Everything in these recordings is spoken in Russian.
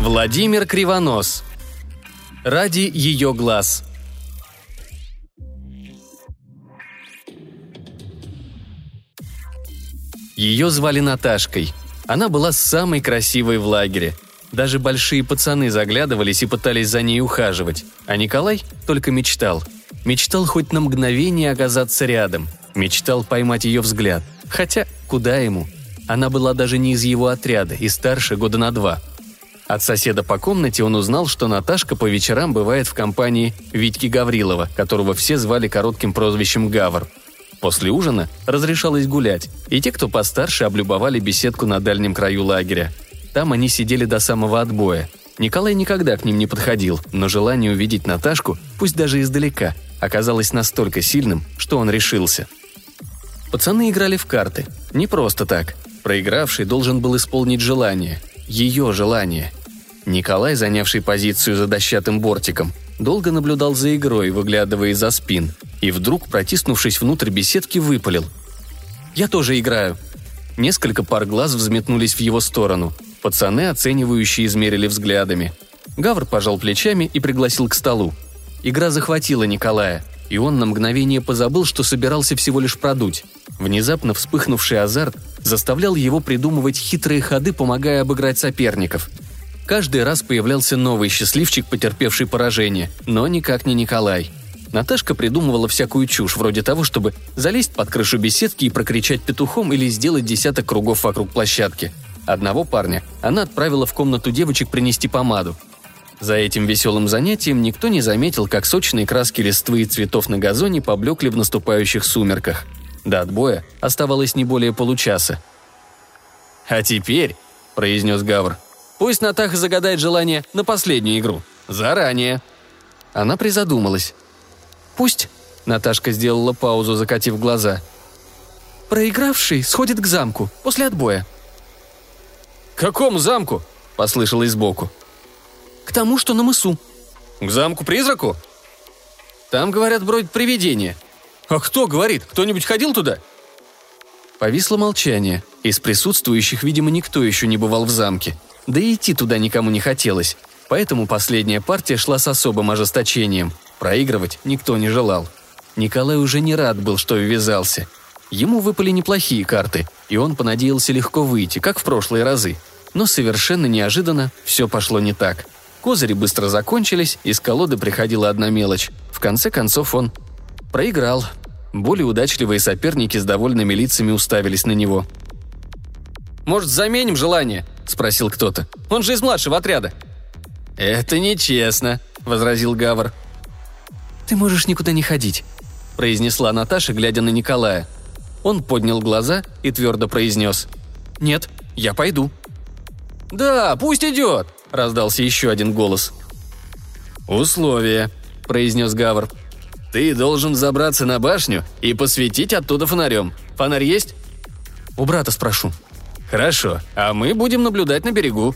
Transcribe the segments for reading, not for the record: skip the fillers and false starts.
Владимир Кривонос. Ради ее глаз. Ее звали Наташкой. Она была самой красивой в лагере. Даже большие пацаны заглядывались и пытались за ней ухаживать. А Николай только мечтал. Мечтал хоть на мгновение оказаться рядом. Мечтал поймать ее взгляд. Хотя, куда ему? Она была даже не из его отряда и старше года на 2. От соседа по комнате он узнал, что Наташка по вечерам бывает в компании Витьки Гаврилова, которого все звали коротким прозвищем Гавр. После ужина разрешалось гулять, и те, кто постарше, облюбовали беседку на дальнем краю лагеря. Там они сидели до самого отбоя. Николай никогда к ним не подходил, но желание увидеть Наташку, пусть даже издалека, оказалось настолько сильным, что он решился. Пацаны играли в карты. Не просто так. Проигравший должен был исполнить желание. Ее желание. Николай, занявший позицию за дощатым бортиком, долго наблюдал за игрой, выглядывая из-за спин, и вдруг, протиснувшись внутрь беседки, выпалил: «Я тоже играю». Несколько пар глаз взметнулись в его сторону. Пацаны, оценивающие, измерили взглядами. Гавр пожал плечами и пригласил к столу. Игра захватила Николая, и он на мгновение позабыл, что собирался всего лишь продуть. Внезапно вспыхнувший азарт заставлял его придумывать хитрые ходы, помогая обыграть соперников. Каждый раз появлялся новый счастливчик, потерпевший поражение, но никак не Николай. Наташка придумывала всякую чушь, вроде того, чтобы залезть под крышу беседки и прокричать петухом или сделать 10 кругов вокруг площадки. Одного парня она отправила в комнату девочек принести помаду. За этим веселым занятием никто не заметил, как сочные краски листвы и цветов на газоне поблекли в наступающих сумерках. До отбоя оставалось не более получаса. «А теперь», — произнес Гавр, — «пусть Натаха загадает желание на последнюю игру. Заранее». Она призадумалась. «Пусть», — Наташка сделала паузу, закатив глаза, — «проигравший сходит к замку после отбоя». «К какому замку?» — послышалось сбоку. «К тому, что на мысу». «К замку-призраку?» «Там, говорят, бродит привидение». «А кто говорит? Кто-нибудь ходил туда?» Повисло молчание. Из присутствующих, видимо, никто еще не бывал в замке. Да и идти туда никому не хотелось. Поэтому последняя партия шла с особым ожесточением. Проигрывать никто не желал. Николай уже не рад был, что ввязался. Ему выпали неплохие карты, и он понадеялся легко выйти, как в прошлые разы. Но совершенно неожиданно все пошло не так. Козыри быстро закончились, из колоды приходила одна мелочь. В конце концов он проиграл. Более удачливые соперники с довольными лицами уставились на него. «Может, заменим желание?» – спросил кто-то. «Он же из младшего отряда». «Это нечестно», – возразил Гавр. «Ты можешь никуда не ходить», – произнесла Наташа, глядя на Николая. Он поднял глаза и твердо произнес: «Нет, я пойду». «Да, пусть идет», – раздался еще один голос. «Условие», – произнес Гавр. «Ты должен забраться на башню и посветить оттуда фонарем. Фонарь есть?» «У брата спрошу». «Хорошо, а мы будем наблюдать на берегу».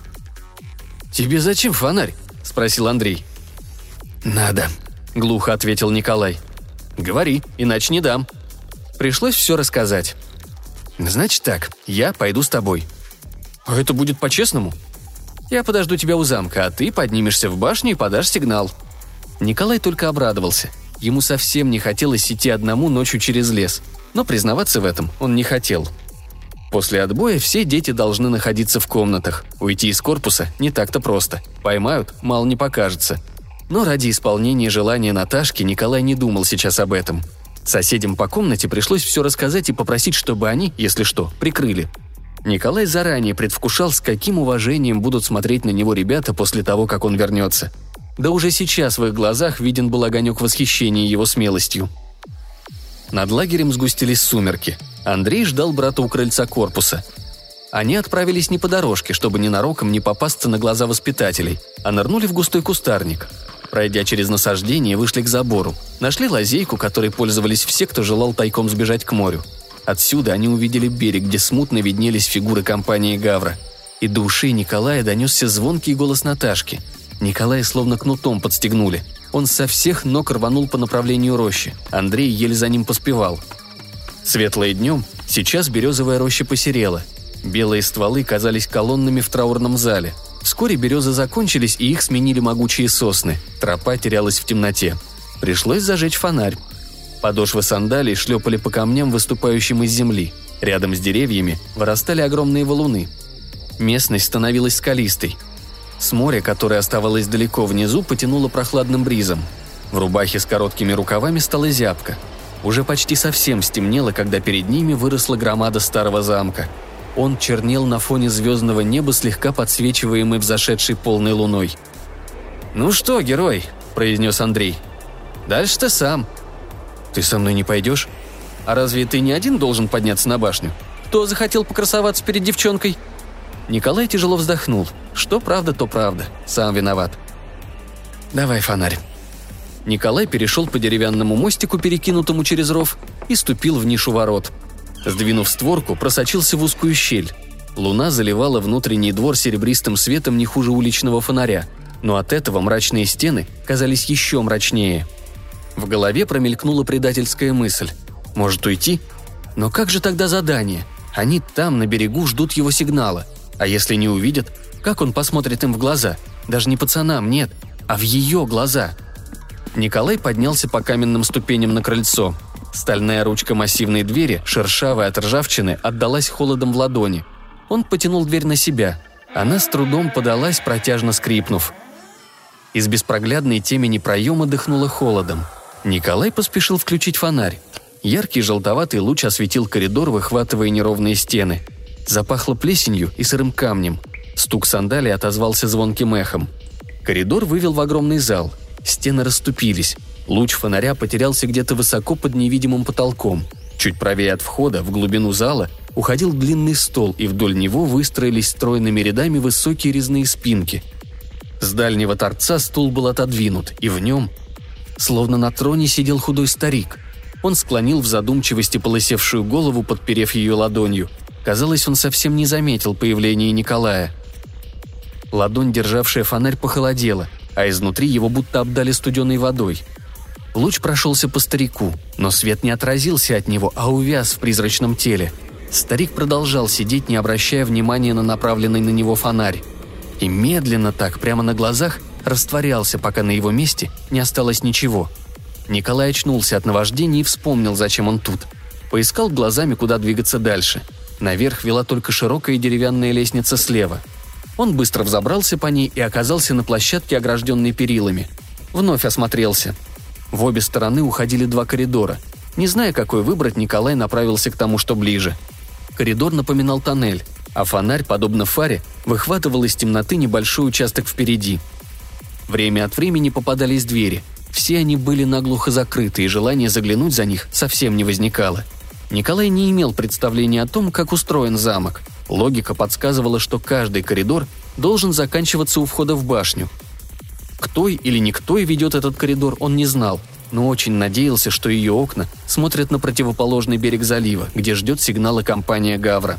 «Тебе зачем фонарь?» – спросил Андрей. «Надо», – глухо ответил Николай. «Говори, иначе не дам». Пришлось все рассказать. «Значит так, я пойду с тобой». «А это будет по-честному?» «Я подожду тебя у замка, а ты поднимешься в башню и подашь сигнал». Николай только обрадовался. Ему совсем не хотелось идти одному ночью через лес, но признаваться в этом он не хотел. После отбоя все дети должны находиться в комнатах. Уйти из корпуса не так-то просто. Поймают, мало не покажется. Но ради исполнения желания Наташки Николай не думал сейчас об этом. Соседям по комнате пришлось все рассказать и попросить, чтобы они, если что, прикрыли. Николай заранее предвкушал, с каким уважением будут смотреть на него ребята после того, как он вернется. Да уже сейчас в их глазах виден был огонек восхищения его смелостью. Над лагерем сгустились сумерки. Андрей ждал брата у крыльца корпуса. Они отправились не по дорожке, чтобы ненароком не попасться на глаза воспитателей, а нырнули в густой кустарник. Пройдя через насаждение, вышли к забору. Нашли лазейку, которой пользовались все, кто желал тайком сбежать к морю. Отсюда они увидели берег, где смутно виднелись фигуры компании Гавра. И до ушей Николая донесся звонкий голос Наташки. Николая словно кнутом подстегнули. Он со всех ног рванул по направлению рощи. Андрей еле за ним поспевал. Светлое днем, сейчас березовая роща посерела. Белые стволы казались колоннами в траурном зале. Вскоре березы закончились, и их сменили могучие сосны. Тропа терялась в темноте. Пришлось зажечь фонарь. Подошвы сандалий шлепали по камням, выступающим из земли. Рядом с деревьями вырастали огромные валуны. Местность становилась скалистой. С моря, которое оставалось далеко внизу, потянуло прохладным бризом. В рубахе с короткими рукавами стало зябко. Уже почти совсем стемнело, когда перед ними выросла громада старого замка. Он чернел на фоне звездного неба, слегка подсвечиваемый взошедшей полной луной. «Ну что, герой?» – произнес Андрей. «Дальше ты сам». «Ты со мной не пойдешь? А разве ты не один должен подняться на башню? Кто захотел покрасоваться перед девчонкой?» Николай тяжело вздохнул. Что правда, то правда. Сам виноват. «Давай фонарь». Николай перешел по деревянному мостику, перекинутому через ров, и ступил в нишу ворот. Сдвинув створку, просочился в узкую щель. Луна заливала внутренний двор серебристым светом не хуже уличного фонаря, но от этого мрачные стены казались еще мрачнее. В голове промелькнула предательская мысль. Может уйти? Но как же тогда задание? Они там, на берегу, ждут его сигнала. А если не увидят, как он посмотрит им в глаза? Даже не пацанам, нет, а в ее глаза. Николай поднялся по каменным ступеням на крыльцо. Стальная ручка массивной двери, шершавая от ржавчины, отдалась холодом в ладони. Он потянул дверь на себя. Она с трудом подалась, протяжно скрипнув. Из беспроглядной темени проема дыхнуло холодом. Николай поспешил включить фонарь. Яркий желтоватый луч осветил коридор, выхватывая неровные стены. Запахло плесенью и сырым камнем. Стук сандалий отозвался звонким эхом. Коридор вывел в огромный зал. Стены расступились. Луч фонаря потерялся где-то высоко под невидимым потолком. Чуть правее от входа, в глубину зала, уходил длинный стол, и вдоль него выстроились стройными рядами высокие резные спинки. С дальнего торца стул был отодвинут, и в нем, словно на троне, сидел худой старик. Он склонил в задумчивости полысевшую голову, подперев ее ладонью. Казалось, он совсем не заметил появления Николая. Ладонь, державшая фонарь, похолодела, а изнутри его будто обдали студеной водой. Луч прошелся по старику, но свет не отразился от него, а увяз в призрачном теле. Старик продолжал сидеть, не обращая внимания на направленный на него фонарь. И медленно так, прямо на глазах, растворялся, пока на его месте не осталось ничего. Николай очнулся от наваждения и вспомнил, зачем он тут. Поискал глазами, куда двигаться дальше. Наверх вела только широкая деревянная лестница слева. Он быстро взобрался по ней и оказался на площадке, огражденной перилами. Вновь осмотрелся. В обе стороны уходили два коридора. Не зная, какой выбрать, Николай направился к тому, что ближе. Коридор напоминал тоннель, а фонарь, подобно фаре, выхватывал из темноты небольшой участок впереди. Время от времени попадались двери. Все они были наглухо закрыты, и желание заглянуть за них совсем не возникало. Николай не имел представления о том, как устроен замок. Логика подсказывала, что каждый коридор должен заканчиваться у входа в башню. Кто или никто ведет этот коридор, он не знал, но очень надеялся, что ее окна смотрят на противоположный берег залива, где ждет сигнала компания «Гавра».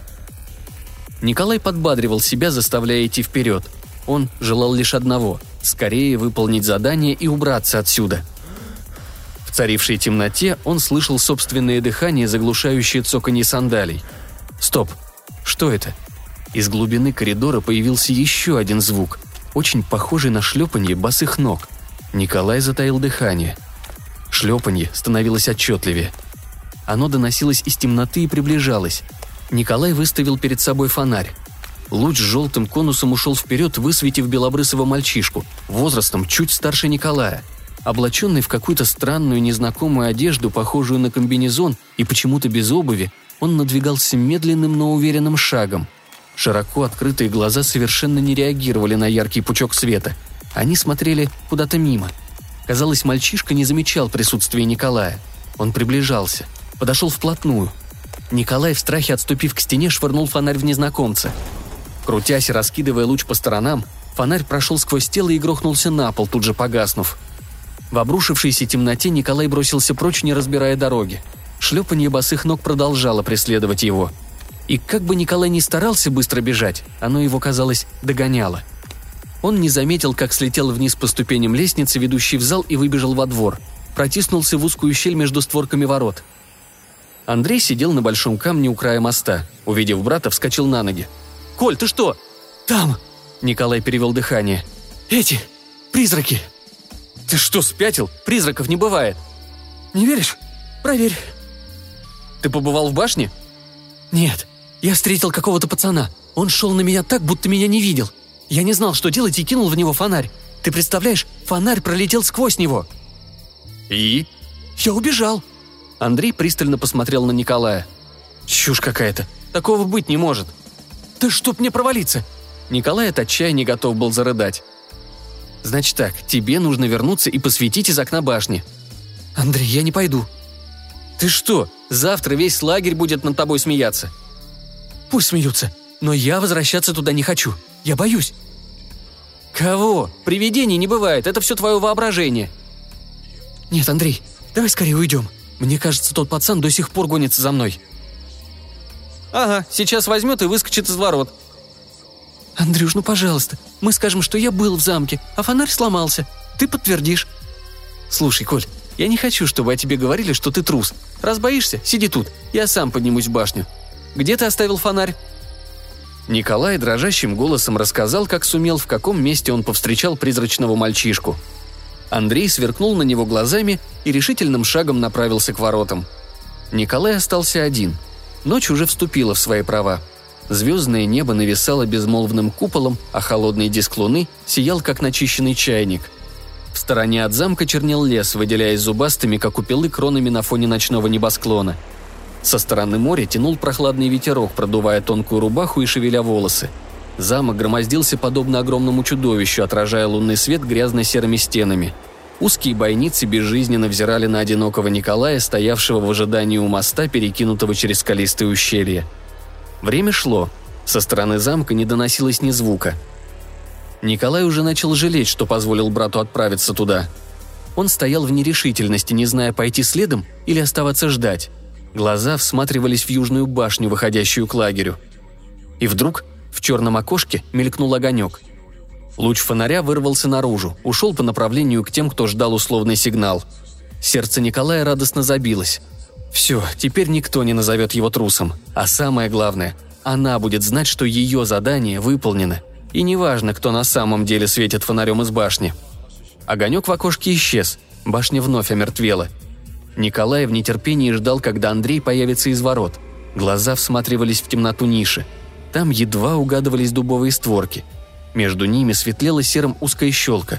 Николай подбадривал себя, заставляя идти вперед. Он желал лишь одного – скорее выполнить задание и убраться отсюда. В царившей темноте он слышал собственное дыхание, заглушающее цоканье сандалий. Стоп! Что это? Из глубины коридора появился еще один звук, очень похожий на шлепанье босых ног. Николай затаил дыхание. Шлепанье становилось отчетливее. Оно доносилось из темноты и приближалось. Николай выставил перед собой фонарь. Луч с желтым конусом ушел вперед, высветив белобрысого мальчишку, возрастом чуть старше Николая. Облаченный в какую-то странную незнакомую одежду, похожую на комбинезон, и почему-то без обуви, он надвигался медленным, но уверенным шагом. Широко открытые глаза совершенно не реагировали на яркий пучок света. Они смотрели куда-то мимо. Казалось, мальчишка не замечал присутствия Николая. Он приближался, подошел вплотную. Николай, в страхе отступив к стене, швырнул фонарь в незнакомца. Крутясь и раскидывая луч по сторонам, фонарь прошел сквозь тело и грохнулся на пол, тут же погаснув. В обрушившейся темноте Николай бросился прочь, не разбирая дороги. Шлепанье босых ног продолжало преследовать его. И как бы Николай ни старался быстро бежать, оно его, казалось, догоняло. Он не заметил, как слетел вниз по ступеням лестницы, ведущей в зал, и выбежал во двор. Протиснулся в узкую щель между створками ворот. Андрей сидел на большом камне у края моста. Увидев брата, вскочил на ноги. «Коль, ты что?» «Там! Николай перевел дыхание. «Эти призраки!» «Ты что, спятил? Призраков не бывает!» «Не веришь? Проверь!» «Ты побывал в башне?» «Нет, я встретил какого-то пацана. Он шел на меня так, будто меня не видел. Я не знал, что делать, и кинул в него фонарь. Ты представляешь, фонарь пролетел сквозь него!» «И?» «Я убежал!» Андрей пристально посмотрел на Николая. «Чушь какая-то. Такого быть не может!» «Да чтоб мне провалиться!» Николай от отчаяния готов был зарыдать. «Значит так, тебе нужно вернуться и посветить из окна башни». «Андрей, я не пойду». «Ты что, завтра весь лагерь будет над тобой смеяться?» «Пусть смеются, но я возвращаться туда не хочу. Я боюсь». «Кого? Привидений не бывает, это все твое воображение». «Нет, Андрей, давай скорее уйдем. Мне кажется, тот пацан до сих пор гонится за мной». «Ага, сейчас возьмет и выскочит из ворот». «Андрюш, ну пожалуйста, мы скажем, что я был в замке, а фонарь сломался. Ты подтвердишь». «Слушай, Коль, я не хочу, чтобы о тебе говорили, что ты трус. Раз боишься, сиди тут, я сам поднимусь в башню. Где ты оставил фонарь?» Николай дрожащим голосом рассказал, как сумел, в каком месте он повстречал призрачного мальчишку. Андрей сверкнул на него глазами и решительным шагом направился к воротам. Николай остался один. Ночь уже вступила в свои права. Звездное небо нависало безмолвным куполом, а холодный диск луны сиял, как начищенный чайник. В стороне от замка чернел лес, выделяясь зубастыми, как у пилы, кронами на фоне ночного небосклона. Со стороны моря тянул прохладный ветерок, продувая тонкую рубаху и шевеля волосы. Замок громоздился подобно огромному чудовищу, отражая лунный свет грязно-серыми стенами. Узкие бойницы безжизненно взирали на одинокого Николая, стоявшего в ожидании у моста, перекинутого через скалистое ущелье. Время шло. Со стороны замка не доносилось ни звука. Николай уже начал жалеть, что позволил брату отправиться туда. Он стоял в нерешительности, не зная, пойти следом или оставаться ждать. Глаза всматривались в южную башню, выходящую к лагерю. И вдруг в черном окошке мелькнул огонек. Луч фонаря вырвался наружу, ушел по направлению к тем, кто ждал условный сигнал. Сердце Николая радостно забилось. Все, теперь никто не назовет его трусом. А самое главное, она будет знать, что ее задание выполнено. И неважно, кто на самом деле светит фонарем из башни. Огонек в окошке исчез, башня вновь омертвела. Николай в нетерпении ждал, когда Андрей появится из ворот. Глаза всматривались в темноту ниши. Там едва угадывались дубовые створки. Между ними светлела серым узкая щелка.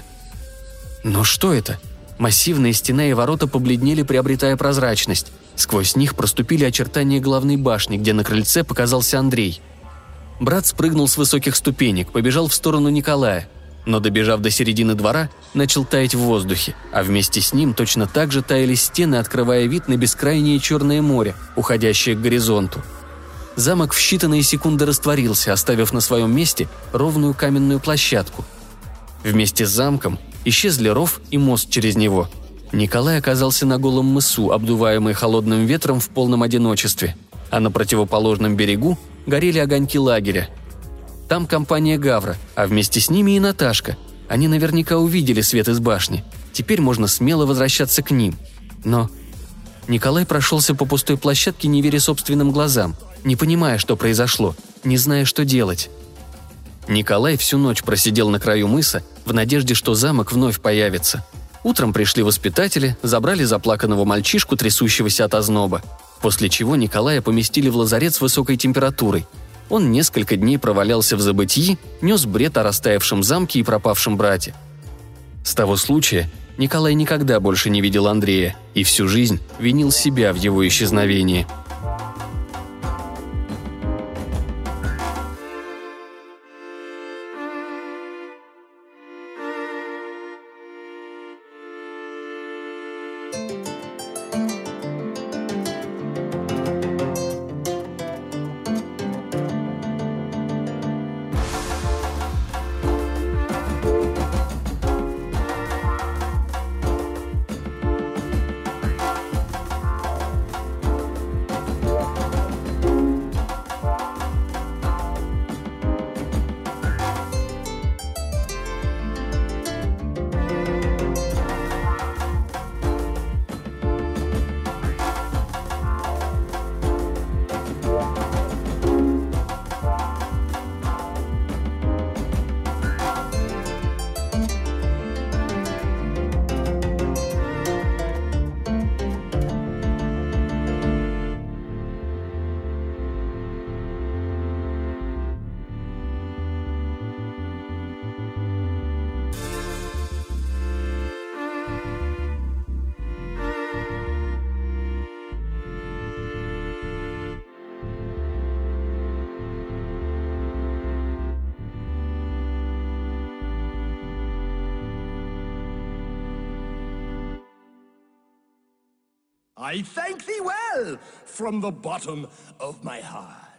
Но что это? Массивные стены и ворота побледнели, приобретая прозрачность. Сквозь них проступили очертания главной башни, где на крыльце показался Андрей. Брат спрыгнул с высоких ступенек, побежал в сторону Николая, но, добежав до середины двора, начал таять в воздухе, а вместе с ним точно так же таяли стены, открывая вид на бескрайнее Черное море, уходящее к горизонту. Замок в считанные секунды растворился, оставив на своем месте ровную каменную площадку. Вместе с замком исчезли ров и мост через него. Николай оказался на голом мысу, обдуваемый холодным ветром в полном одиночестве, а на противоположном берегу горели огоньки лагеря. Там компания Гавра, а вместе с ними и Наташка. Они наверняка увидели свет из башни. Теперь можно смело возвращаться к ним. Но Николай прошелся по пустой площадке, не веря собственным глазам, не понимая, что произошло, не зная, что делать. Николай всю ночь просидел на краю мыса в надежде, что замок вновь появится. Утром пришли воспитатели, забрали заплаканного мальчишку, трясущегося от озноба, после чего Николая поместили в лазарет с высокой температурой. Он несколько дней провалялся в забытии, нес бред о растаявшем замке и пропавшем брате. С того случая Николай никогда больше не видел Андрея и всю жизнь винил себя в его исчезновении. I thank thee well from the bottom of my heart.